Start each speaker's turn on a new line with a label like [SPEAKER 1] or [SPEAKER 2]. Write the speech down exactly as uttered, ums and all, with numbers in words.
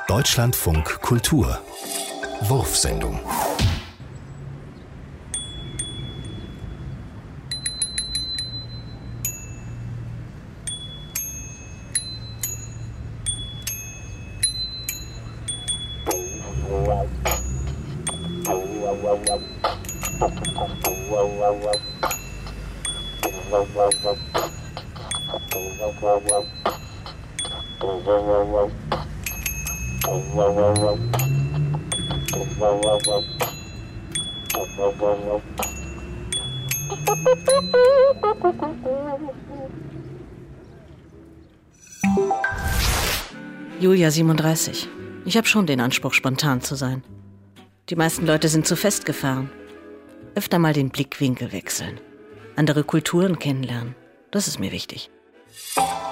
[SPEAKER 1] Deutschlandfunk Kultur Wurfsendung.
[SPEAKER 2] Julia, siebenunddreißig. Ich habe schon den Anspruch, spontan zu sein. Die meisten Leute sind zu festgefahren. Öfter mal den Blickwinkel wechseln. Andere Kulturen kennenlernen. Das ist mir wichtig.